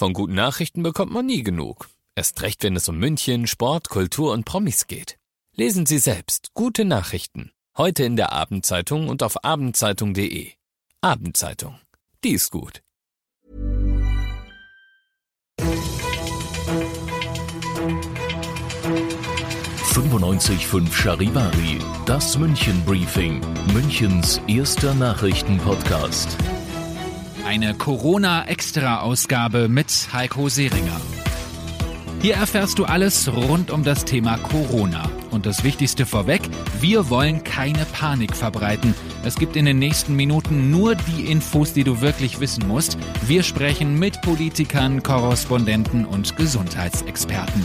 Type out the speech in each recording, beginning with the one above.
Von guten Nachrichten bekommt man nie genug. Erst recht, wenn es um München, Sport, Kultur und Promis geht. Lesen Sie selbst gute Nachrichten. Heute in der Abendzeitung und auf abendzeitung.de. Abendzeitung. Die ist gut. 95.5 Charivari, das München-Briefing, Münchens erster Nachrichtenpodcast. Eine Corona-Extra-Ausgabe mit Heiko Seringer. Hier erfährst du alles rund um das Thema Corona. Und das Wichtigste vorweg, wir wollen keine Panik verbreiten. Es gibt in den nächsten Minuten nur die Infos, die du wirklich wissen musst. Wir sprechen mit Politikern, Korrespondenten und Gesundheitsexperten.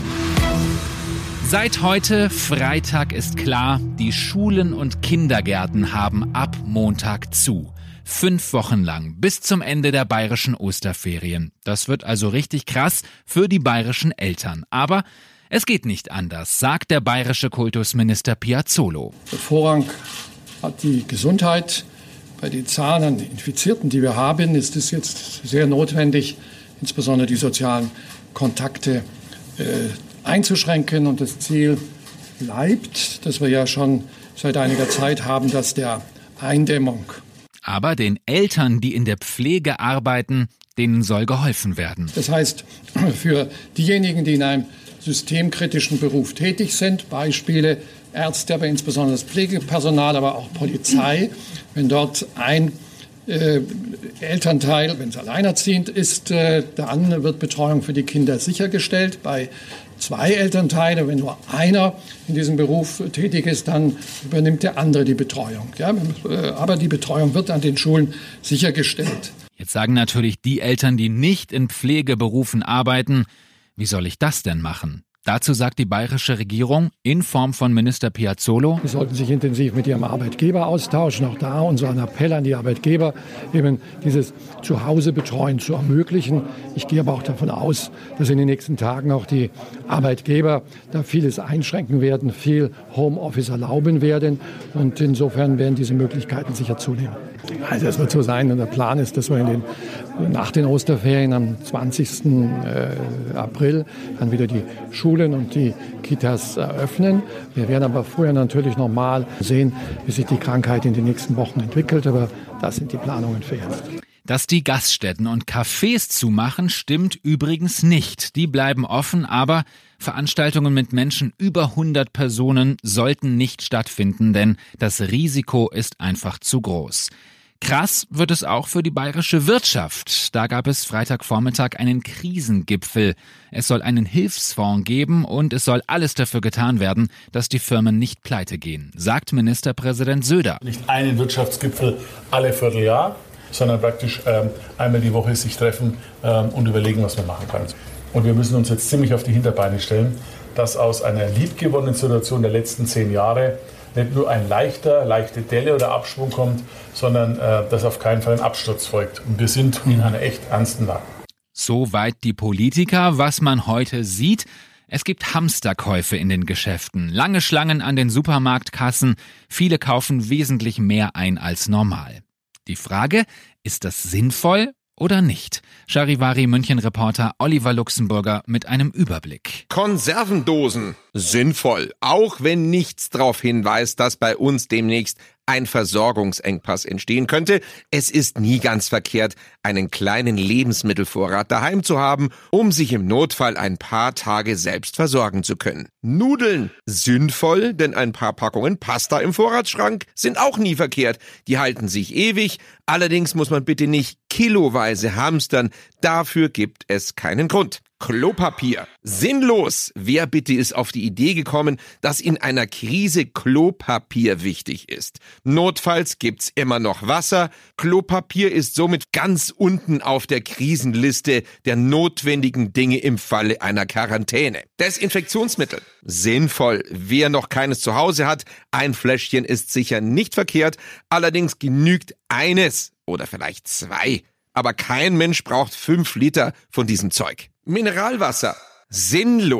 Seit heute, Freitag, ist klar, die Schulen und Kindergärten haben ab Montag zu. 5 Wochen lang, bis zum Ende der bayerischen Osterferien. Das wird also richtig krass für die bayerischen Eltern. Aber es geht nicht anders, sagt der bayerische Kultusminister Piazzolo. Der Vorrang hat die Gesundheit. Bei den Zahlen an Infizierten, die wir haben, ist es jetzt sehr notwendig, insbesondere die sozialen Kontakte einzuschränken. Und das Ziel bleibt, dass wir ja schon seit einiger Zeit haben, dass der Eindämmung. Aber den Eltern, die in der Pflege arbeiten, denen soll geholfen werden. Das heißt, für diejenigen, die in einem systemkritischen Beruf tätig sind, Beispiele Ärzte, aber insbesondere das Pflegepersonal, aber auch Polizei, wenn dort ein Elternteil, wenn es alleinerziehend ist, dann wird Betreuung für die Kinder sichergestellt. Bei 2 Elternteile, wenn nur einer in diesem Beruf tätig ist, dann übernimmt der andere die Betreuung. Ja, aber die Betreuung wird an den Schulen sichergestellt. Jetzt sagen natürlich die Eltern, die nicht in Pflegeberufen arbeiten, wie soll ich das denn machen? Dazu sagt die bayerische Regierung in Form von Minister Piazzolo: Sie sollten sich intensiv mit ihrem Arbeitgeber austauschen. Auch da unser Appell an die Arbeitgeber, eben dieses Zuhausebetreuen zu ermöglichen. Ich gehe aber auch davon aus, dass in den nächsten Tagen auch die Arbeitgeber da vieles einschränken werden, viel Homeoffice erlauben werden. Und insofern werden diese Möglichkeiten sicher zunehmen. Also es wird so sein, und der Plan ist, dass wir nach den Osterferien am 20. April dann wieder die Schulen und die Kitas eröffnen. Wir werden aber vorher natürlich noch mal sehen, wie sich die Krankheit in den nächsten Wochen entwickelt. Aber das sind die Planungen für jetzt. Dass die Gaststätten und Cafés zumachen, stimmt übrigens nicht. Die bleiben offen, aber Veranstaltungen mit Menschen über 100 Personen sollten nicht stattfinden, denn das Risiko ist einfach zu groß. Krass wird es auch für die bayerische Wirtschaft. Da gab es Freitagvormittag einen Krisengipfel. Es soll einen Hilfsfonds geben und es soll alles dafür getan werden, dass die Firmen nicht pleite gehen, sagt Ministerpräsident Söder. Nicht einen Wirtschaftsgipfel alle Vierteljahr, sondern praktisch einmal die Woche sich treffen und überlegen, was man machen kann. Und wir müssen uns jetzt ziemlich auf die Hinterbeine stellen, dass aus einer liebgewonnenen Situation der letzten 10 Jahre nicht nur ein leichte Delle oder Abschwung kommt, sondern dass auf keinen Fall ein Absturz folgt. Und wir sind in einer echt ernsten Lage. Soweit die Politiker. Was man heute sieht: Es gibt Hamsterkäufe in den Geschäften, lange Schlangen an den Supermarktkassen. Viele kaufen wesentlich mehr ein als normal. Die Frage: Ist das sinnvoll oder nicht? Charivari München-Reporter Oliver Luxemburger mit einem Überblick. Konservendosen. Sinnvoll, auch wenn nichts darauf hinweist, dass bei uns demnächst ein Versorgungsengpass entstehen könnte. Es ist nie ganz verkehrt, einen kleinen Lebensmittelvorrat daheim zu haben, um sich im Notfall ein paar Tage selbst versorgen zu können. Nudeln. Sinnvoll, denn ein paar Packungen Pasta im Vorratsschrank sind auch nie verkehrt. Die halten sich ewig. Allerdings muss man bitte nicht kiloweise hamstern. Dafür gibt es keinen Grund. Klopapier. Sinnlos. Wer bitte ist auf die Idee gekommen, dass in einer Krise Klopapier wichtig ist? Notfalls gibt's immer noch Wasser. Klopapier ist somit ganz unten auf der Krisenliste der notwendigen Dinge im Falle einer Quarantäne. Desinfektionsmittel. Sinnvoll. Wer noch keines zu Hause hat, ein Fläschchen ist sicher nicht verkehrt. Allerdings genügt eines oder vielleicht 2. Aber kein Mensch braucht 5 Liter von diesem Zeug. Mineralwasser. Sinnlos.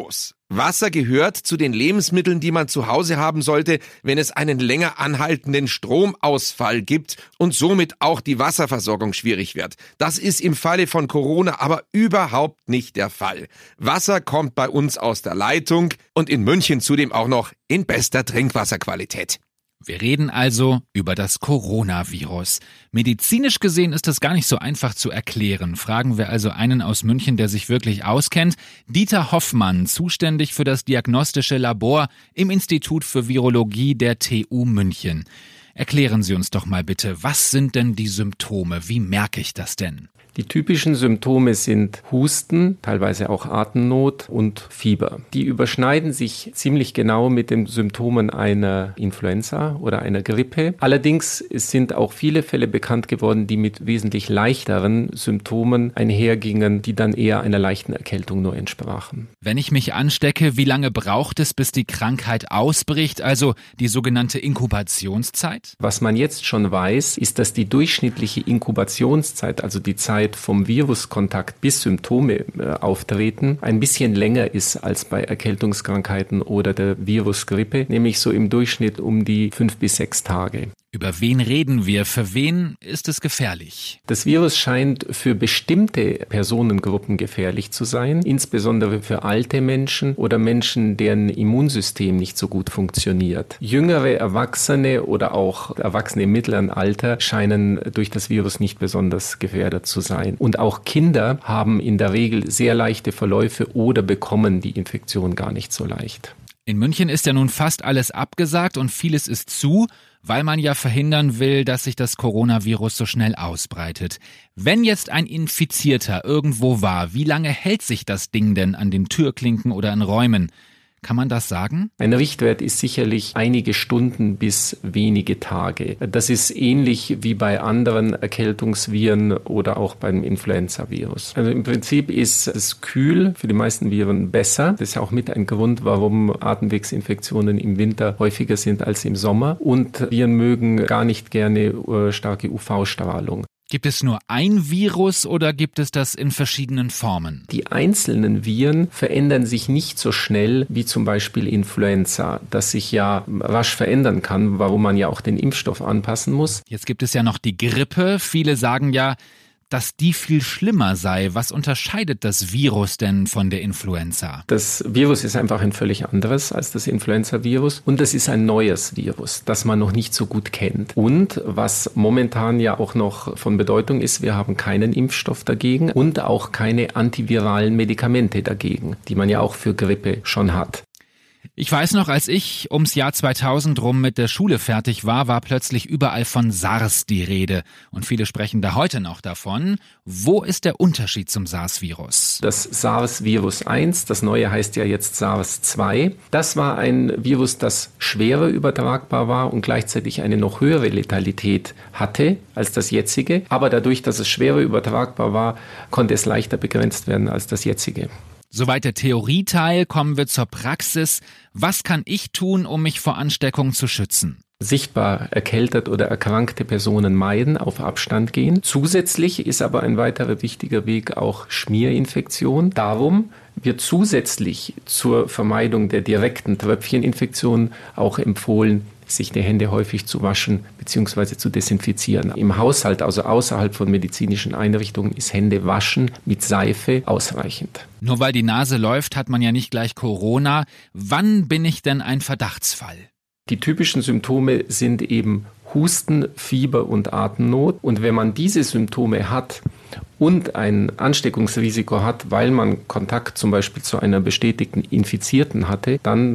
Wasser gehört zu den Lebensmitteln, die man zu Hause haben sollte, wenn es einen länger anhaltenden Stromausfall gibt und somit auch die Wasserversorgung schwierig wird. Das ist im Falle von Corona aber überhaupt nicht der Fall. Wasser kommt bei uns aus der Leitung und in München zudem auch noch in bester Trinkwasserqualität. Wir reden also über das Coronavirus. Medizinisch gesehen ist das gar nicht so einfach zu erklären. Fragen wir also einen aus München, der sich wirklich auskennt. Dieter Hoffmann, zuständig für das diagnostische Labor im Institut für Virologie der TU München. Erklären Sie uns doch mal bitte, was sind denn die Symptome? Wie merke ich das denn? Die typischen Symptome sind Husten, teilweise auch Atemnot und Fieber. Die überschneiden sich ziemlich genau mit den Symptomen einer Influenza oder einer Grippe. Allerdings sind auch viele Fälle bekannt geworden, die mit wesentlich leichteren Symptomen einhergingen, die dann eher einer leichten Erkältung nur entsprachen. Wenn ich mich anstecke, wie lange braucht es, bis die Krankheit ausbricht, also die sogenannte Inkubationszeit? Was man jetzt schon weiß, ist, dass die durchschnittliche Inkubationszeit, also die Zeit vom Viruskontakt bis Symptome auftreten, ein bisschen länger ist als bei Erkältungskrankheiten oder der Virusgrippe, nämlich so im Durchschnitt um die 5 bis 6 Tage. Über wen reden wir? Für wen ist es gefährlich? Das Virus scheint für bestimmte Personengruppen gefährlich zu sein, insbesondere für alte Menschen oder Menschen, deren Immunsystem nicht so gut funktioniert. Jüngere Erwachsene oder auch Erwachsene im mittleren Alter scheinen durch das Virus nicht besonders gefährdet zu sein. Und auch Kinder haben in der Regel sehr leichte Verläufe oder bekommen die Infektion gar nicht so leicht. In München ist ja nun fast alles abgesagt und vieles ist zu, weil man ja verhindern will, dass sich das Coronavirus so schnell ausbreitet. Wenn jetzt ein Infizierter irgendwo war, wie lange hält sich das Ding denn an den Türklinken oder in Räumen? Kann man das sagen? Ein Richtwert ist sicherlich einige Stunden bis wenige Tage. Das ist ähnlich wie bei anderen Erkältungsviren oder auch beim Influenza-Virus. Also im Prinzip ist es kühl für die meisten Viren besser. Das ist auch mit ein Grund, warum Atemwegsinfektionen im Winter häufiger sind als im Sommer. Und Viren mögen gar nicht gerne starke UV-Strahlung. Gibt es nur ein Virus oder gibt es das in verschiedenen Formen? Die einzelnen Viren verändern sich nicht so schnell wie zum Beispiel Influenza, das sich ja rasch verändern kann, warum man ja auch den Impfstoff anpassen muss. Jetzt gibt es ja noch die Grippe. Viele sagen ja, dass die viel schlimmer sei. Was unterscheidet das Virus denn von der Influenza? Das Virus ist einfach ein völlig anderes als das Influenza-Virus und es ist ein neues Virus, das man noch nicht so gut kennt. Und was momentan ja auch noch von Bedeutung ist, wir haben keinen Impfstoff dagegen und auch keine antiviralen Medikamente dagegen, die man ja auch für Grippe schon hat. Ich weiß noch, als ich ums Jahr 2000 rum mit der Schule fertig war, war plötzlich überall von SARS die Rede. Und viele sprechen da heute noch davon. Wo ist der Unterschied zum SARS-Virus? Das SARS-Virus 1, das neue heißt ja jetzt SARS 2, das war ein Virus, das schwerer übertragbar war und gleichzeitig eine noch höhere Letalität hatte als das jetzige. Aber dadurch, dass es schwerer übertragbar war, konnte es leichter begrenzt werden als das jetzige. Soweit der Theorieteil, kommen wir zur Praxis. Was kann ich tun, um mich vor Ansteckung zu schützen? Sichtbar erkältet oder erkrankte Personen meiden, auf Abstand gehen. Zusätzlich ist aber ein weiterer wichtiger Weg auch Schmierinfektion. Darum wird zusätzlich zur Vermeidung der direkten Tröpfcheninfektion auch empfohlen, sich die Hände häufig zu waschen bzw. zu desinfizieren. Im Haushalt, also außerhalb von medizinischen Einrichtungen, ist Hände waschen mit Seife ausreichend. Nur weil die Nase läuft, hat man ja nicht gleich Corona. Wann bin ich denn ein Verdachtsfall? Die typischen Symptome sind eben Husten, Fieber und Atemnot. Und wenn man diese Symptome hat und ein Ansteckungsrisiko hat, weil man Kontakt zum Beispiel zu einer bestätigten Infizierten hatte, dann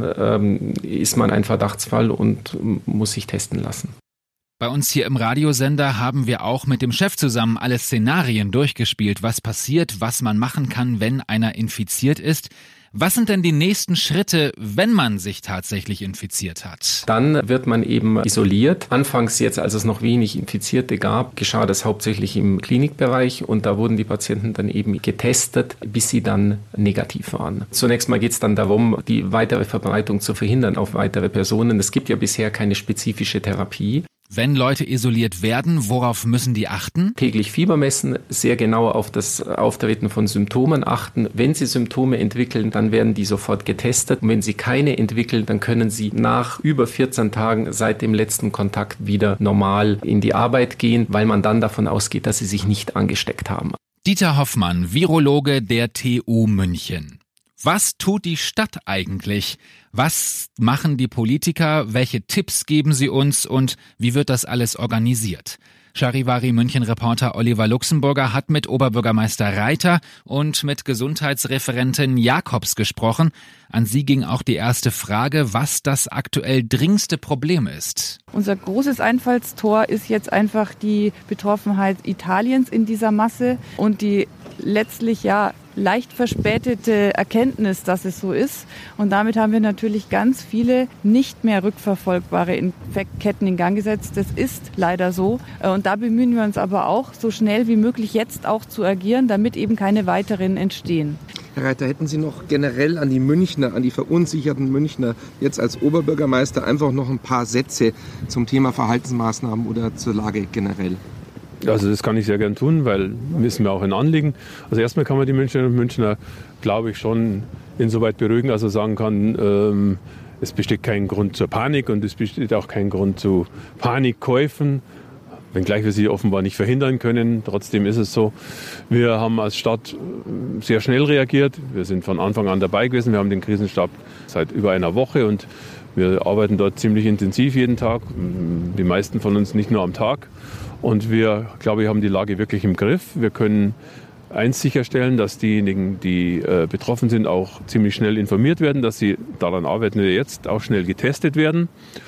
ist man ein Verdachtsfall und muss sich testen lassen. Bei uns hier im Radiosender haben wir auch mit dem Chef zusammen alle Szenarien durchgespielt, was passiert, was man machen kann, wenn einer infiziert ist. Was sind denn die nächsten Schritte, wenn man sich tatsächlich infiziert hat? Dann wird man eben isoliert. Anfangs jetzt, als es noch wenig Infizierte gab, geschah das hauptsächlich im Klinikbereich und da wurden die Patienten dann eben getestet, bis sie dann negativ waren. Zunächst mal geht es dann darum, die weitere Verbreitung zu verhindern auf weitere Personen. Es gibt ja bisher keine spezifische Therapie. Wenn Leute isoliert werden, worauf müssen die achten? Täglich Fieber messen, sehr genau auf das Auftreten von Symptomen achten. Wenn Sie Symptome entwickeln, dann werden die sofort getestet. Und wenn Sie keine entwickeln, dann können Sie nach über 14 Tagen seit dem letzten Kontakt wieder normal in die Arbeit gehen, weil man dann davon ausgeht, dass Sie sich nicht angesteckt haben. Dieter Hoffmann, Virologe der TU München. Was tut die Stadt eigentlich? Was machen die Politiker? Welche Tipps geben sie uns? Und wie wird das alles organisiert? Charivari München-Reporter Oliver Luxemburger hat mit Oberbürgermeister Reiter und mit Gesundheitsreferentin Jakobs gesprochen. An sie ging auch die erste Frage, was das aktuell dringendste Problem ist. Unser großes Einfallstor ist jetzt einfach die Betroffenheit Italiens in dieser Masse und die letztlich leicht verspätete Erkenntnis, dass es so ist. Und damit haben wir natürlich ganz viele nicht mehr rückverfolgbare Infektketten in Gang gesetzt. Das ist leider so. Und da bemühen wir uns aber auch, so schnell wie möglich jetzt auch zu agieren, damit eben keine weiteren entstehen. Herr Reiter, hätten Sie noch generell an die Münchner, an die verunsicherten Münchner jetzt als Oberbürgermeister einfach noch ein paar Sätze zum Thema Verhaltensmaßnahmen oder zur Lage generell? Also das kann ich sehr gern tun, weil ist mir auch ein Anliegen. Also erstmal kann man die Münchnerinnen und Münchner, glaube ich, schon insoweit beruhigen, also sagen kann, es besteht kein Grund zur Panik und es besteht auch kein Grund zu Panikkäufen, wenngleich wir sie offenbar nicht verhindern können. Trotzdem ist es so, wir haben als Stadt sehr schnell reagiert. Wir sind von Anfang an dabei gewesen. Wir haben den Krisenstab seit über einer Woche und wir arbeiten dort ziemlich intensiv jeden Tag. Die meisten von uns nicht nur am Tag. Und wir, glaube ich, haben die Lage wirklich im Griff. Wir können eins sicherstellen, dass diejenigen, die betroffen sind, auch ziemlich schnell informiert werden, dass sie, daran arbeiten wir jetzt, auch schnell getestet werden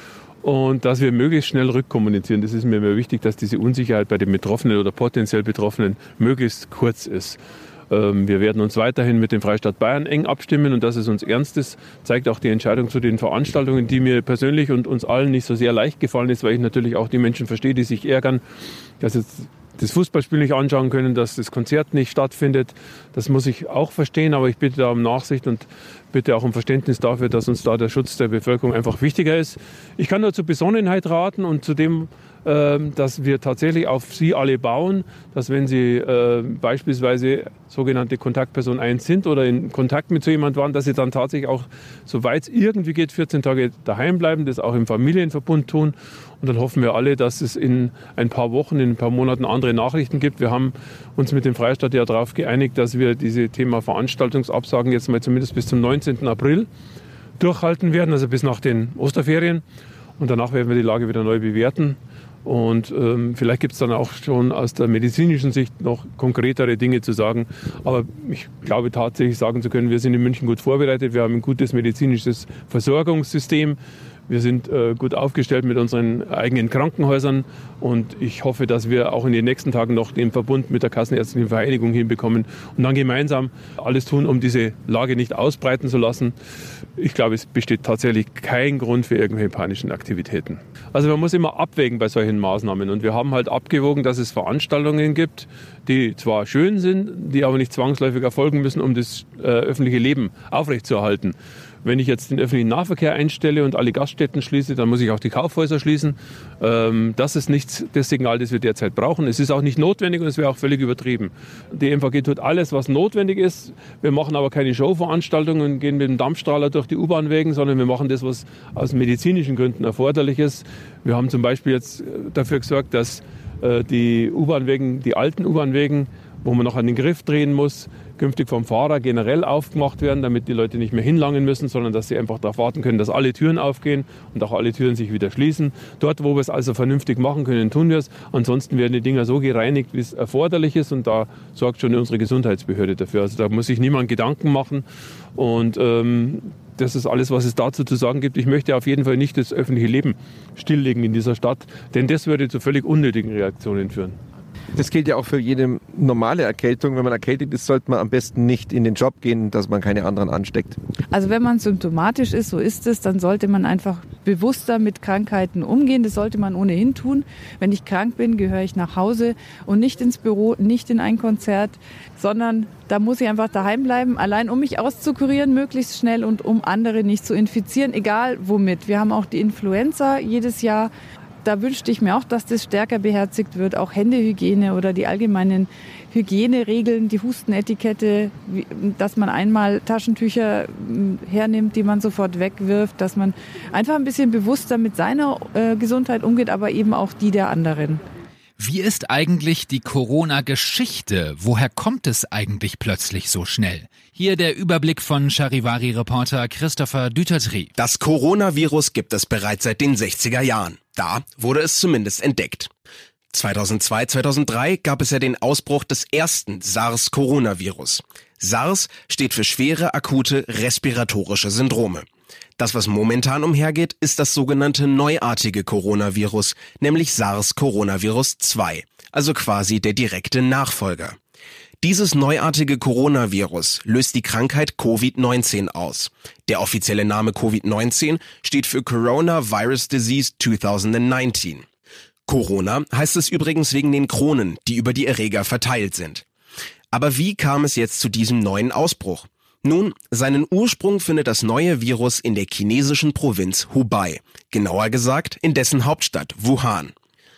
und dass wir möglichst schnell rückkommunizieren. Das ist mir immer wichtig, dass diese Unsicherheit bei den Betroffenen oder potenziell Betroffenen möglichst kurz ist. Wir werden uns weiterhin mit dem Freistaat Bayern eng abstimmen und dass es uns ernst ist, zeigt auch die Entscheidung zu den Veranstaltungen, die mir persönlich und uns allen nicht so sehr leicht gefallen ist, weil ich natürlich auch die Menschen verstehe, die sich ärgern, dass jetzt das Fußballspiel nicht anschauen können, dass das Konzert nicht stattfindet. Das muss ich auch verstehen, aber ich bitte da um Nachsicht und bitte auch um Verständnis dafür, dass uns da der Schutz der Bevölkerung einfach wichtiger ist. Ich kann nur zur Besonnenheit raten und zu dem, dass wir tatsächlich auf Sie alle bauen, dass wenn Sie beispielsweise sogenannte Kontaktperson 1 sind oder in Kontakt mit so jemand waren, dass Sie dann tatsächlich auch, soweit es irgendwie geht, 14 Tage daheim bleiben, das auch im Familienverbund tun. Und dann hoffen wir alle, dass es in ein paar Wochen, in ein paar Monaten andere Nachrichten gibt. Wir haben uns mit dem Freistaat ja darauf geeinigt, dass wir diese Thema Veranstaltungsabsagen jetzt mal zumindest bis zum 19. April durchhalten werden, also bis nach den Osterferien. Und danach werden wir die Lage wieder neu bewerten. Und vielleicht gibt es dann auch schon aus der medizinischen Sicht noch konkretere Dinge zu sagen. Aber ich glaube tatsächlich sagen zu können, wir sind in München gut vorbereitet. Wir haben ein gutes medizinisches Versorgungssystem. Wir sind gut aufgestellt mit unseren eigenen Krankenhäusern und ich hoffe, dass wir auch in den nächsten Tagen noch den Verbund mit der Kassenärztlichen Vereinigung hinbekommen und dann gemeinsam alles tun, um diese Lage nicht ausbreiten zu lassen. Ich glaube, es besteht tatsächlich kein Grund für irgendwelche panischen Aktivitäten. Also man muss immer abwägen bei solchen Maßnahmen und wir haben halt abgewogen, dass es Veranstaltungen gibt, die zwar schön sind, die aber nicht zwangsläufig erfolgen müssen, um das öffentliche Leben aufrechtzuerhalten. Wenn ich jetzt den öffentlichen Nahverkehr einstelle und alle Gaststätten schließe, dann muss ich auch die Kaufhäuser schließen. Das ist nicht das Signal, das wir derzeit brauchen. Es ist auch nicht notwendig und es wäre auch völlig übertrieben. Die MVG tut alles, was notwendig ist. Wir machen aber keine Showveranstaltungen und gehen mit dem Dampfstrahler durch die U-Bahn-Wägen, sondern wir machen das, was aus medizinischen Gründen erforderlich ist. Wir haben zum Beispiel jetzt dafür gesorgt, dass die U-Bahn-Wägen, die alten U-Bahn-Wägen, wo man noch an den Griff drehen muss, künftig vom Fahrer generell aufgemacht werden, damit die Leute nicht mehr hinlangen müssen, sondern dass sie einfach darauf warten können, dass alle Türen aufgehen und auch alle Türen sich wieder schließen. Dort, wo wir es also vernünftig machen können, tun wir es. Ansonsten werden die Dinger so gereinigt, wie es erforderlich ist und da sorgt schon unsere Gesundheitsbehörde dafür. Also da muss sich niemand Gedanken machen und das ist alles, was es dazu zu sagen gibt. Ich möchte auf jeden Fall nicht das öffentliche Leben stilllegen in dieser Stadt, denn das würde zu völlig unnötigen Reaktionen führen. Das gilt ja auch für jede normale Erkältung. Wenn man erkältet ist, sollte man am besten nicht in den Job gehen, dass man keine anderen ansteckt. Also wenn man symptomatisch ist, so ist es, dann sollte man einfach bewusster mit Krankheiten umgehen. Das sollte man ohnehin tun. Wenn ich krank bin, gehöre ich nach Hause und nicht ins Büro, nicht in ein Konzert, sondern da muss ich einfach daheim bleiben, allein um mich auszukurieren, möglichst schnell und um andere nicht zu infizieren, egal womit. Wir haben auch die Influenza jedes Jahr. da wünschte ich mir auch, dass das stärker beherzigt wird. Auch Händehygiene oder die allgemeinen Hygieneregeln, die Hustenetikette, dass man einmal Taschentücher hernimmt, die man sofort wegwirft, dass man einfach ein bisschen bewusster mit seiner Gesundheit umgeht, aber eben auch die der anderen. Wie ist eigentlich die Corona-Geschichte? Woher kommt es eigentlich plötzlich so schnell? Hier der Überblick von Charivari-Reporter Christopher Dutertri. Das Coronavirus gibt es bereits seit den 60er Jahren. Da wurde es zumindest entdeckt. 2002, 2003 gab es ja den Ausbruch des ersten SARS-Coronavirus. SARS steht für schwere akute respiratorische Syndrome. Das, was momentan umhergeht, ist das sogenannte neuartige Coronavirus, nämlich SARS-Coronavirus 2, also quasi der direkte Nachfolger. Dieses neuartige Coronavirus löst die Krankheit Covid-19 aus. Der offizielle Name Covid-19 steht für Coronavirus Disease 2019. Corona heißt es übrigens wegen den Kronen, die über die Erreger verteilt sind. Aber wie kam es jetzt zu diesem neuen Ausbruch? Nun, seinen Ursprung findet das neue Virus in der chinesischen Provinz Hubei, genauer gesagt in dessen Hauptstadt Wuhan.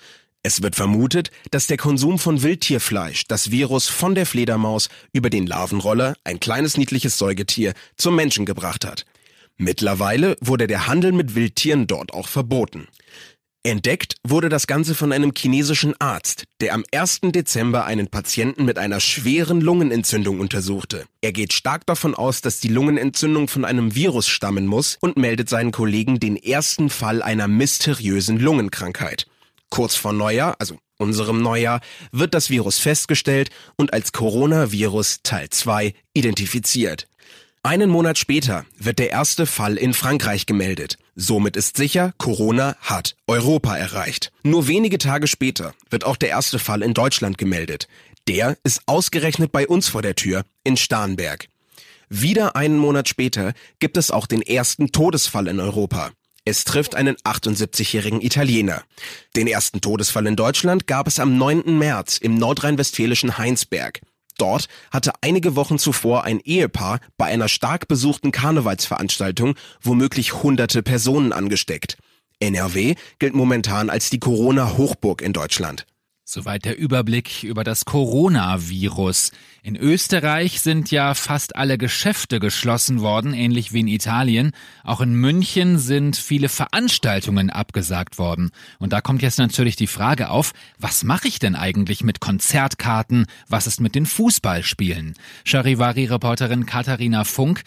Es wird vermutet, dass der Konsum von Wildtierfleisch das Virus von der Fledermaus über den Larvenroller, ein kleines niedliches Säugetier, zum Menschen gebracht hat. Mittlerweile wurde der Handel mit Wildtieren dort auch verboten. Entdeckt wurde das Ganze von einem chinesischen Arzt, der am 1. Dezember einen Patienten mit einer schweren Lungenentzündung untersuchte. Er geht stark davon aus, dass die Lungenentzündung von einem Virus stammen muss und meldet seinen Kollegen den ersten Fall einer mysteriösen Lungenkrankheit. Kurz vor Neujahr, also unserem Neujahr, wird das Virus festgestellt und als Coronavirus Teil 2 identifiziert. Einen Monat später wird der erste Fall in Frankreich gemeldet. Somit ist sicher, Corona hat Europa erreicht. Nur wenige Tage später wird auch der erste Fall in Deutschland gemeldet. Der ist ausgerechnet bei uns vor der Tür in Starnberg. Wieder einen Monat später gibt es auch den ersten Todesfall in Europa. Es trifft einen 78-jährigen Italiener. Den ersten Todesfall in Deutschland gab es am 9. März im nordrhein-westfälischen Heinsberg. Dort hatte einige Wochen zuvor ein Ehepaar bei einer stark besuchten Karnevalsveranstaltung womöglich hunderte Personen angesteckt. NRW gilt momentan als die Corona-Hochburg in Deutschland. Soweit der Überblick über das Coronavirus. In Österreich sind ja fast alle Geschäfte geschlossen worden, ähnlich wie in Italien. Auch in München sind viele Veranstaltungen abgesagt worden. Und da kommt jetzt natürlich die Frage auf, was mache ich denn eigentlich mit Konzertkarten? Was ist mit den Fußballspielen? Charivari-Reporterin Katharina Funk,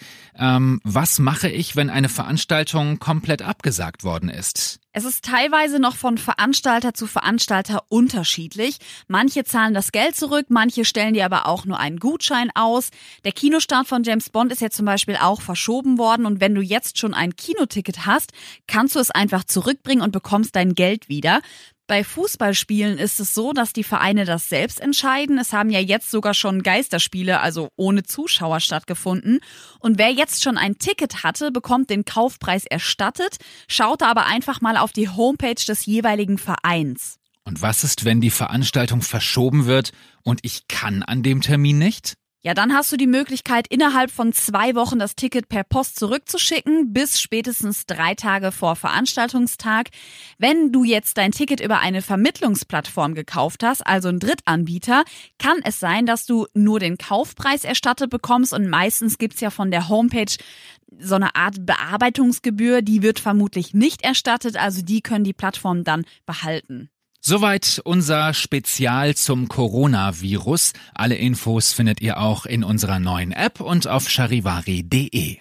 was mache ich, wenn eine Veranstaltung komplett abgesagt worden ist? Es ist teilweise noch von Veranstalter zu Veranstalter unterschiedlich. Manche zahlen das Geld zurück, manche stellen dir aber auch nur einen Gutschein aus. Der Kinostart von James Bond ist ja zum Beispiel auch verschoben worden und wenn du jetzt schon ein Kinoticket hast, kannst du es einfach zurückbringen und bekommst dein Geld wieder. Bei Fußballspielen ist es so, dass die Vereine das selbst entscheiden. Es haben ja jetzt sogar schon Geisterspiele, also ohne Zuschauer, stattgefunden. Und wer jetzt schon ein Ticket hatte, bekommt den Kaufpreis erstattet, schaut aber einfach mal auf die Homepage des jeweiligen Vereins. Und was ist, wenn die Veranstaltung verschoben wird und ich kann an dem Termin nicht? Ja, dann hast du die Möglichkeit, innerhalb von 2 Wochen das Ticket per Post zurückzuschicken, bis spätestens 3 Tage vor Veranstaltungstag. Wenn du jetzt dein Ticket über eine Vermittlungsplattform gekauft hast, also ein Drittanbieter, kann es sein, dass du nur den Kaufpreis erstattet bekommst und meistens gibt's ja von der Homepage so eine Art Bearbeitungsgebühr, die wird vermutlich nicht erstattet, also die können die Plattformen dann behalten. Soweit unser Spezial zum Coronavirus. Alle Infos findet ihr auch in unserer neuen App und auf charivari.de.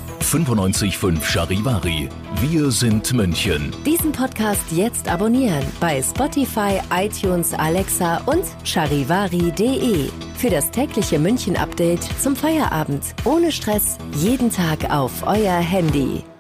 95.5 Charivari. Wir sind München. Diesen Podcast jetzt abonnieren bei Spotify, iTunes, Alexa und charivari.de. Für das tägliche München-Update zum Feierabend. Ohne Stress, jeden Tag auf euer Handy.